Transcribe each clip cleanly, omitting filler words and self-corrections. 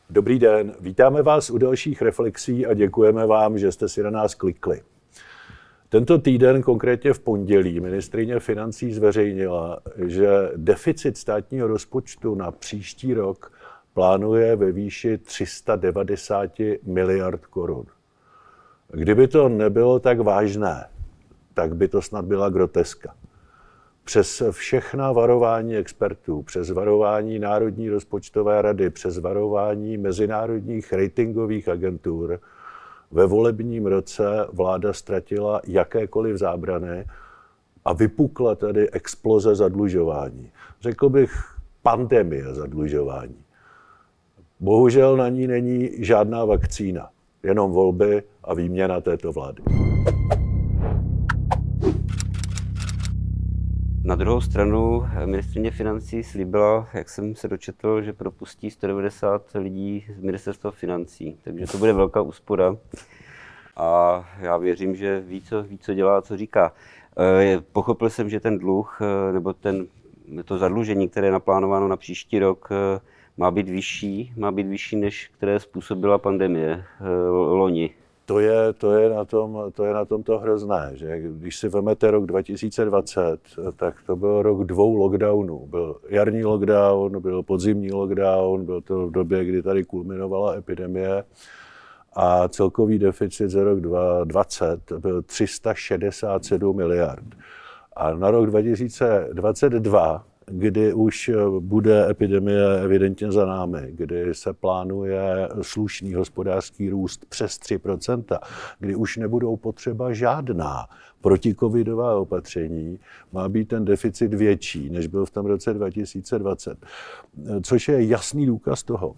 Dobrý den, vítáme vás u dalších reflexí a děkujeme vám, že jste si na nás klikli. Tento týden, konkrétně v pondělí, ministryně financí zveřejnila, že deficit státního rozpočtu na příští rok plánuje ve výši 390 miliard korun. Kdyby to nebylo tak vážné, tak by to snad byla groteska. Přes všechna varování expertů, přes varování Národní rozpočtové rady, přes varování mezinárodních ratingových agentur, ve volebním roce vláda ztratila jakékoliv zábrany a vypukla tady exploze zadlužování. Řekl bych pandemie zadlužování. Bohužel na ní není žádná vakcína, jenom volby a výměna této vlády. Na druhou stranu ministryně financí slíbila, jak jsem se dočetl, že propustí 190 lidí z ministerstva financí, takže to bude velká úspora a já věřím, že ví, co dělá, co říká. Pochopil jsem, že ten dluh nebo to zadlužení, které je naplánováno na příští rok, má být vyšší, než které způsobila pandemie loni. To je na tom to hrozné, že když si vezmete rok 2020, tak to byl rok 2 lockdownů. Byl jarní lockdown, byl podzimní lockdown, byl to v době, kdy tady kulminovala epidemie a celkový deficit za rok 2020 byl 367 miliard. A na rok 2022, kdy už bude epidemie evidentně za námi, kdy se plánuje slušný hospodářský růst přes 3%, kdy už nebudou potřeba žádná protikovidová opatření, má být ten deficit větší, než byl v tom roce 2020. Což je jasný důkaz toho,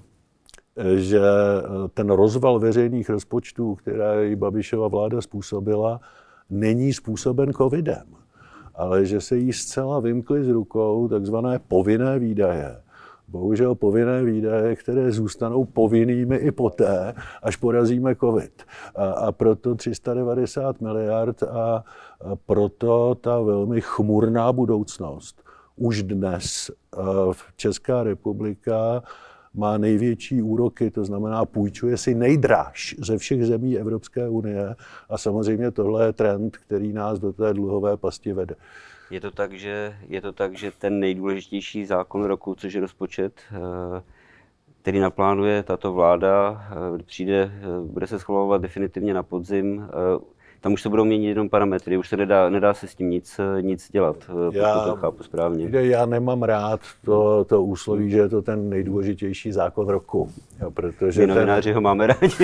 že ten rozval veřejných rozpočtů, který Babišova vláda způsobila, není způsoben covidem, ale že se jí zcela vymkly z rukou takzvané povinné výdaje. Bohužel povinné výdaje, které zůstanou povinnými i poté, až porazíme covid. A proto 390 miliard a proto ta velmi chmurná budoucnost. Už dnes Česká republika má největší úroky, to znamená půjčuje si nejdráž ze všech zemí Evropské unie a samozřejmě tohle je trend, který nás do té dluhové pasti vede. Je to tak, že ten nejdůležitější zákon roku, což je rozpočet, který naplánuje tato vláda, bude se schvalovat definitivně na podzim. Tam už se budou měnit jenom parametry, už se nedá se s tím nic dělat, pokud to chápu správně. Já nemám rád to úsloví, že je to ten nejdůležitější zákon roku. Protože novináři ho máme rádi.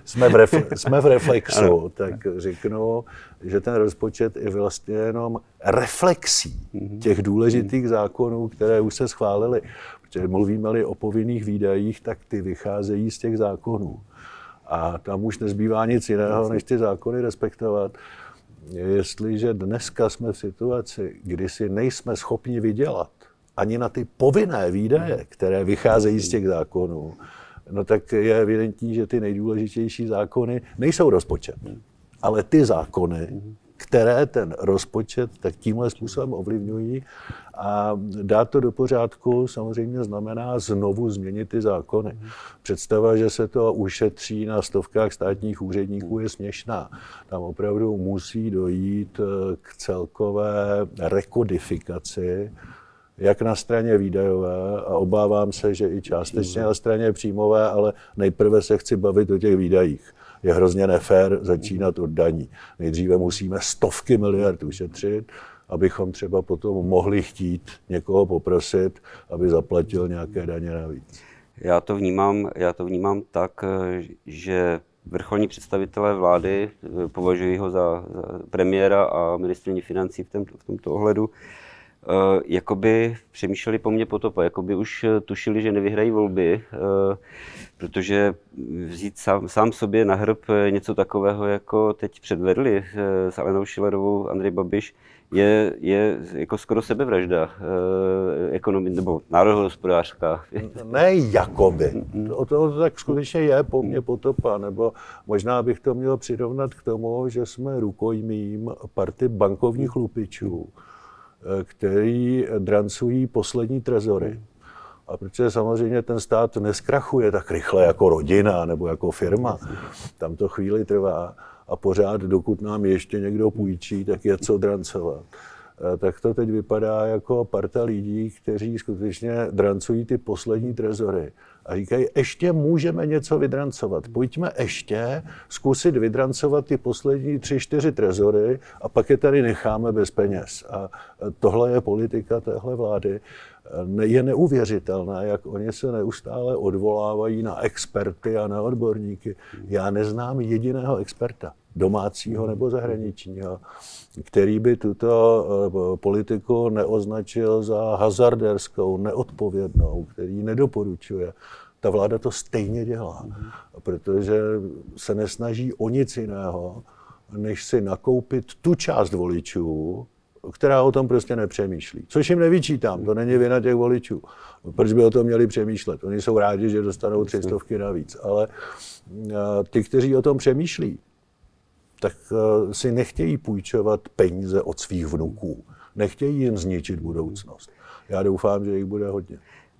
Jsme v reflexu, tak řeknu, že ten rozpočet je vlastně jenom reflexí těch důležitých zákonů, které už se schválily. Protože mluvíme-li o povinných výdajích, tak ty vycházejí z těch zákonů. A tam už nezbývá nic jiného, než ty zákony respektovat. Jestliže dneska jsme v situaci, kdy si nejsme schopni vydělat ani na ty povinné výdaje, které vycházejí z těch zákonů, no tak je evidentní, že ty nejdůležitější zákony nejsou rozpočet, ale ty zákony, které ten rozpočet tak tímhle způsobem ovlivňují, a dát to do pořádku samozřejmě znamená znovu změnit ty zákony. Představa, že se to ušetří na stovkách státních úředníků, je směšná. Tam opravdu musí dojít k celkové rekodifikaci, jak na straně výdajové, a obávám se, že i částečně na straně příjmové, ale nejprve se chci bavit o těch výdajích. Je hrozně nefér začínat od daní. Nejdříve musíme stovky miliard ušetřit, abychom třeba potom mohli chtít někoho poprosit, aby zaplatil nějaké daně navíc. Já to vnímám tak, že vrcholní představitelé vlády, považují ho za premiéra a ministryni financí v tomto ohledu, jakoby přemýšleli po mně potopa, jakoby už tušili, že nevyhrají volby, protože vzít sám sobě na hrb něco takového, jako teď předvedli s Alenou Schillerovou Andrej Babiš, je jako skoro sebevražda nebo národohospodářská. Ne jakoby. To tak skutečně je po mně potopa, nebo možná bych to měl přirovnat k tomu, že jsme rukojmím party bankovních lupičů, který drancují poslední trezory. A protože samozřejmě ten stát neskrachuje tak rychle jako rodina nebo jako firma, tam to chvíli trvá a pořád, dokud nám ještě někdo půjčí, tak je co drancovat. Tak to teď vypadá jako parta lidí, kteří skutečně drancují ty poslední trezory a říkají, ještě můžeme něco vydrancovat. Pojďme ještě zkusit vydrancovat ty poslední 3-4 trezory a pak je tady necháme bez peněz. A tohle je politika téhle vlády. Je neuvěřitelné, jak oni se neustále odvolávají na experty a na odborníky. Já neznám jediného experta, domácího nebo zahraničního, který by tuto politiku neoznačil za hazarderskou, neodpovědnou, který nedoporučuje. Ta vláda to stejně dělá, protože se nesnaží o nic jiného, než si nakoupit tu část voličů, která o tom prostě nepřemýšlí. Což jim nevyčítám, to není vina těch voličů. Proč by o tom měli přemýšlet? Oni jsou rádi, že dostanou 300 navíc, ale ty, kteří o tom přemýšlí, tak si nechtějí půjčovat peníze od svých vnuků. Nechtějí jim zničit budoucnost. Já doufám, že jich bude hodně.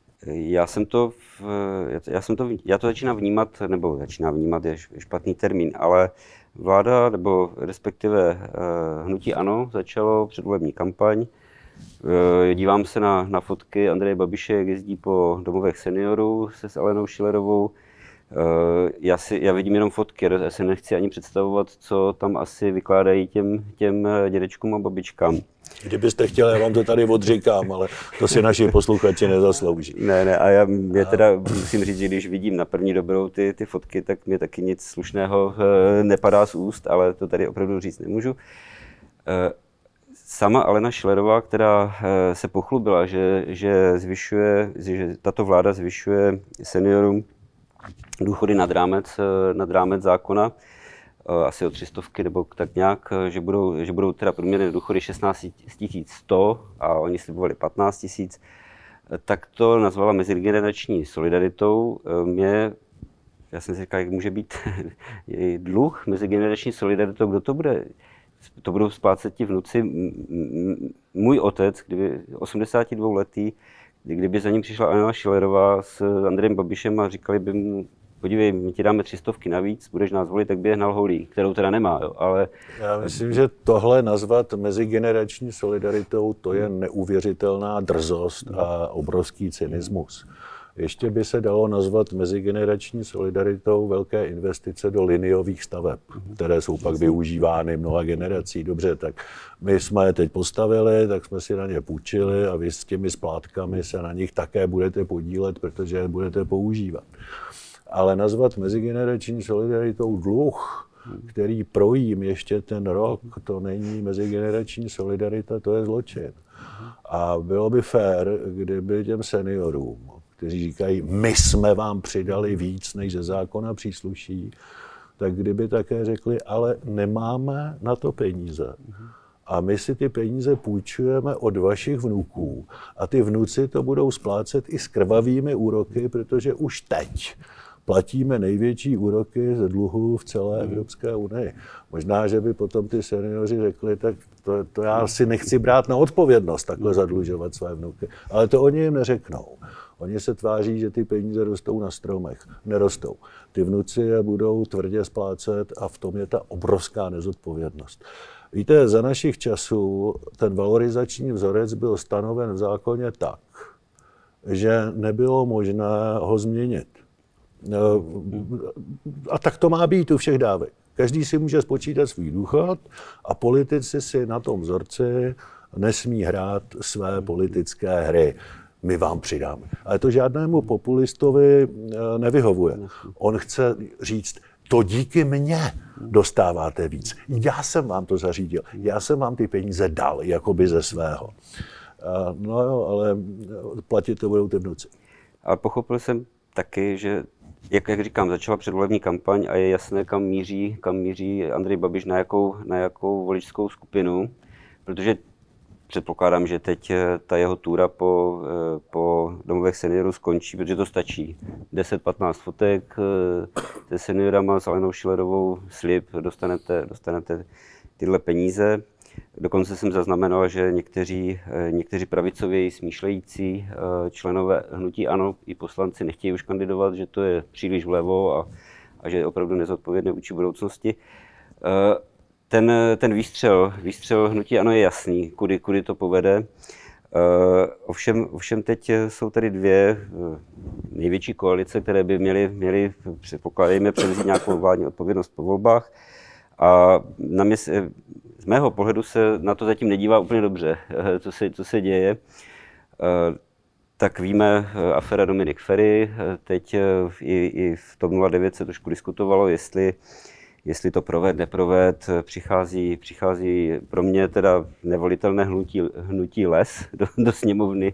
Já to začínám vnímat je špatný termín, ale vláda, nebo respektive hnutí ANO, začalo předvolební kampaň. Dívám se na fotky Andreje Babiše, jak jezdí po domovech seniorů se s Alenou Schillerovou. Já vidím jenom fotky, já si nechci ani představovat, co tam asi vykládají těm dědečkům a babičkám. Kdybyste chtěli, já vám to tady odříkám, ale to si naši posluchači nezaslouží. Ne, a já teda musím říct, že když vidím na první dobrou ty fotky, tak mě taky nic slušného nepadá z úst, ale to tady opravdu říct nemůžu. Sama Alena Schillerová, která se pochlubila, že tato vláda zvyšuje seniorům důchody nad rámec zákona, asi o 300 nebo tak nějak, že budou teda průměrné důchody 16 100 a oni slibovali 15 000, tak to nazvala mezigenerační solidaritou. Já jsem si říkal, jak může být dluh mezigenerační solidaritou, kdo to bude? To budou splácet ti vnuci. Můj otec, 82letý, kdyby za ním přišla Alena Schillerová s Andrejem Babišem a říkali by mu, podívej, my ti dáme 300 navíc, budeš nás volit, tak by je hnal holí, kterou teda nemá, jo, ale... Já myslím, že tohle nazvat mezigenerační solidaritou, to je neuvěřitelná drzost a obrovský cynismus. Ještě by se dalo nazvat mezigenerační solidaritou velké investice do liniových staveb, které jsou pak využívány mnoha generací. Dobře, tak my jsme je teď postavili, tak jsme si na ně půjčili a vy s těmi splátkami se na nich také budete podílet, protože je budete používat. Ale nazvat mezigenerační solidaritou dluh, který projím ještě ten rok, to není mezigenerační solidarita, to je zločin. A bylo by fér, kdyby těm seniorům, kteří říkají, my jsme vám přidali víc, než ze zákona přísluší, tak kdyby také řekli, ale nemáme na to peníze. A my si ty peníze půjčujeme od vašich vnuků a ty vnuci to budou splácet i s krvavými úroky, protože už teď platíme největší úroky ze dluhů v celé Evropské unii. Možná, že by potom ty seniori řekli, tak to já si nechci brát na odpovědnost takhle zadlužovat své vnuky. Ale to oni jim neřeknou. Oni se tváří, že ty peníze rostou na stromech. Nerostou. Ty vnuci je budou tvrdě splácet a v tom je ta obrovská nezodpovědnost. Víte, za našich časů ten valorizační vzorec byl stanoven v zákoně tak, že nebylo možné ho změnit. A tak to má být u všech dávek. Každý si může spočítat svůj důchod a politici si na tom vzorci nesmí hrát své politické hry. My vám přidáme. Ale to žádnému populistovi nevyhovuje. On chce říct, to díky mně dostáváte víc. Já jsem vám to zařídil. Já jsem vám ty peníze dal, jakoby ze svého. No jo, ale platit to budou ty vnuci. Ale pochopil jsem taky, že jak říkám, začala předvolební kampaň a je jasné, kam míří Andrej Babiš, na jakou voličskou skupinu, protože předpokládám, že teď ta jeho túra po domovech seniorů skončí, protože to stačí. 10-15 fotek se seniorama, s Alenou Schillerovou, slib, dostanete tyhle peníze. Dokonce jsem zaznamenal, že někteří pravicověji smýšlející členové hnutí ANO i poslanci nechtějí už kandidovat, že to je příliš vlevo a že je opravdu nezodpovědné vůči budoucnosti. Ten výstřel hnutí ANO je jasný, kudy to povede. Ovšem teď jsou tady dvě největší koalice, které by měly předpokládejme, převzít nějakou vládní odpovědnost po volbách. A z mého pohledu se na to zatím nedívá úplně dobře, co se děje. Tak víme, aféra Dominik Feri, teď i v TOP 09 se trošku diskutovalo, jestli to proved, neproved, přichází pro mě teda nevolitelné hnutí Les do sněmovny.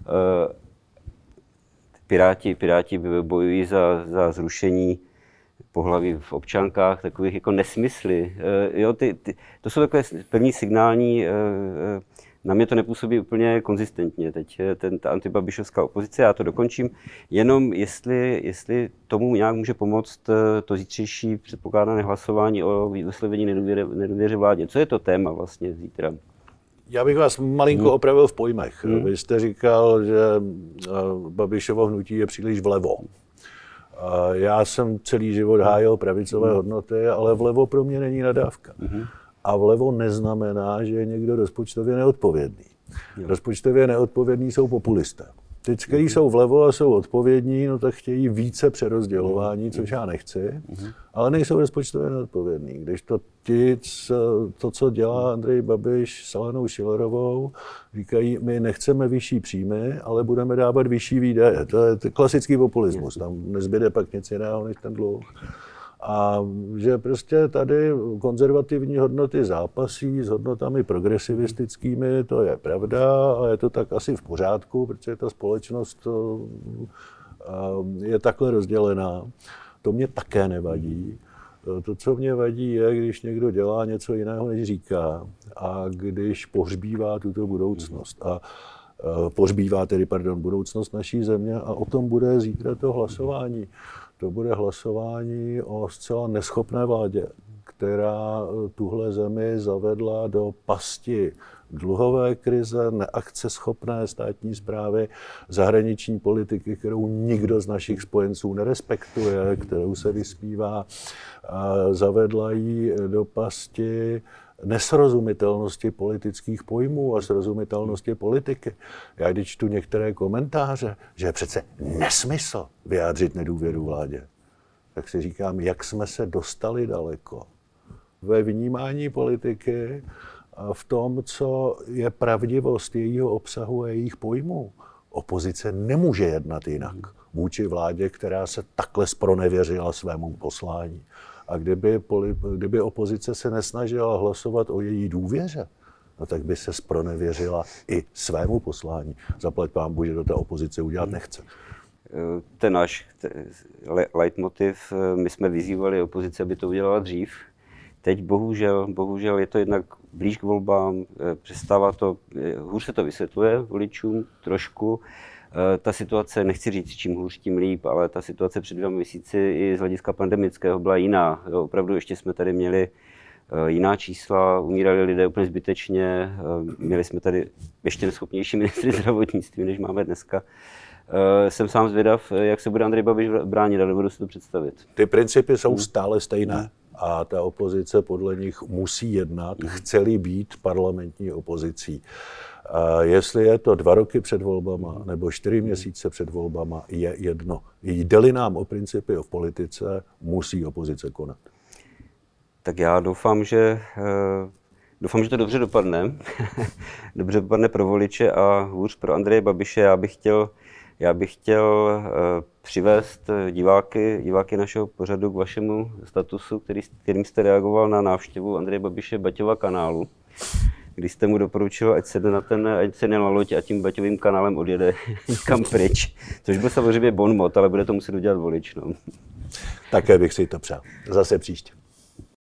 Piráti bojují za zrušení pohlaví v občankách, takových jako nesmysly. Jo, to jsou takové první signální, na mě to nepůsobí úplně konzistentně teď, ta antibabišovská opozice, já to dokončím, jenom jestli tomu nějak může pomoct to zítřejší předpokládané hlasování o vyslovení nedůvěry vládě. Co je to téma vlastně zítra? Já bych vás malinko opravil v pojmech. Vy jste říkal, že Babišovo hnutí je příliš vlevo. Já jsem celý život hájil pravicové hodnoty, ale vlevo pro mě není nadávka. A vlevo neznamená, že je někdo rozpočtově neodpovědný. Rozpočtově neodpovědní jsou populisté. Ty, kteří jsou vlevo a jsou odpovědní, no tak chtějí více přerozdělování, což já nechci, ale nejsou rozpočtově neodpovědní. Když to, co dělá Andrej Babiš s Alenou Schillerovou, říkají, my nechceme vyšší příjmy, ale budeme dávat vyšší výdaje. To je klasický populismus, tam nezbyde pak nic jiného než ten dluh. A že prostě tady konzervativní hodnoty zápasí s hodnotami progresivistickými, to je pravda a je to tak asi v pořádku, protože ta společnost je takhle rozdělená. To mě také nevadí. To, co mě vadí, je, když někdo dělá něco jiného, než říká a když pohřbívá tuto budoucnost. Pohřbívá tedy, budoucnost naší země a o tom bude zítra to hlasování. To bude hlasování o zcela neschopné vládě, která tuhle zemi zavedla do pasti dluhové krize, neakceschopné státní správy, zahraniční politiky, kterou nikdo z našich spojenců nerespektuje, kterou se vysmívá, zavedla ji do pasti nesrozumitelnosti politických pojmů a srozumitelnosti politiky. Já když čtu některé komentáře, že je přece nesmysl vyjádřit nedůvěru vládě, tak si říkám, jak jsme se dostali daleko ve vnímání politiky a v tom, co je pravdivost jejího obsahu a jejich pojmů. Opozice nemůže jednat jinak vůči vládě, která se takhle zpronevěřila svému poslání. A kdyby opozice se nesnažila hlasovat o její důvěře, no tak by se zpronevěřila i svému poslání. Zaplať pánbůh, že to ta opozice udělat nechce. Ten náš leitmotiv, my jsme vyzývali opozici, aby to udělala dřív. Teď bohužel je to jednak blíž k volbám, přestává to, hůř se to vysvětluje voličům trošku. Ta situace, nechci říct, čím hůř, tím líp, ale ta situace před 2 měsíci i z hlediska pandemického byla jiná. Jo, opravdu ještě jsme tady měli jiná čísla, umírali lidé úplně zbytečně, měli jsme tady ještě neschopnější ministry zdravotnictví, než máme dneska. Jsem sám zvědav, jak se bude Andrej Babiš bránit, ale nebudu si to představit. Ty principy jsou stále stejné a ta opozice podle nich musí jednat, chce-li být parlamentní opozicí. Jestli je to 2 roky před volbama nebo 4 měsíce před volbama, je jedno. Jde-li nám o principy v politice, musí opozice konat. Tak já doufám, že to dobře dopadne. Dobře dopadne pro voliče a hůř pro Andreje Babiše. Já bych chtěl přivést diváky našeho pořadu k vašemu statusu, kterým jste reagoval na návštěvu Andreje Babiše Baťova kanálu, když jste mu doporučil, ať se na loď a tím Baťovým kanálem odjede někam pryč. Což byl samozřejmě bonmot, ale bude to muset udělat volič. No. Také bych si to přál. Zase příště.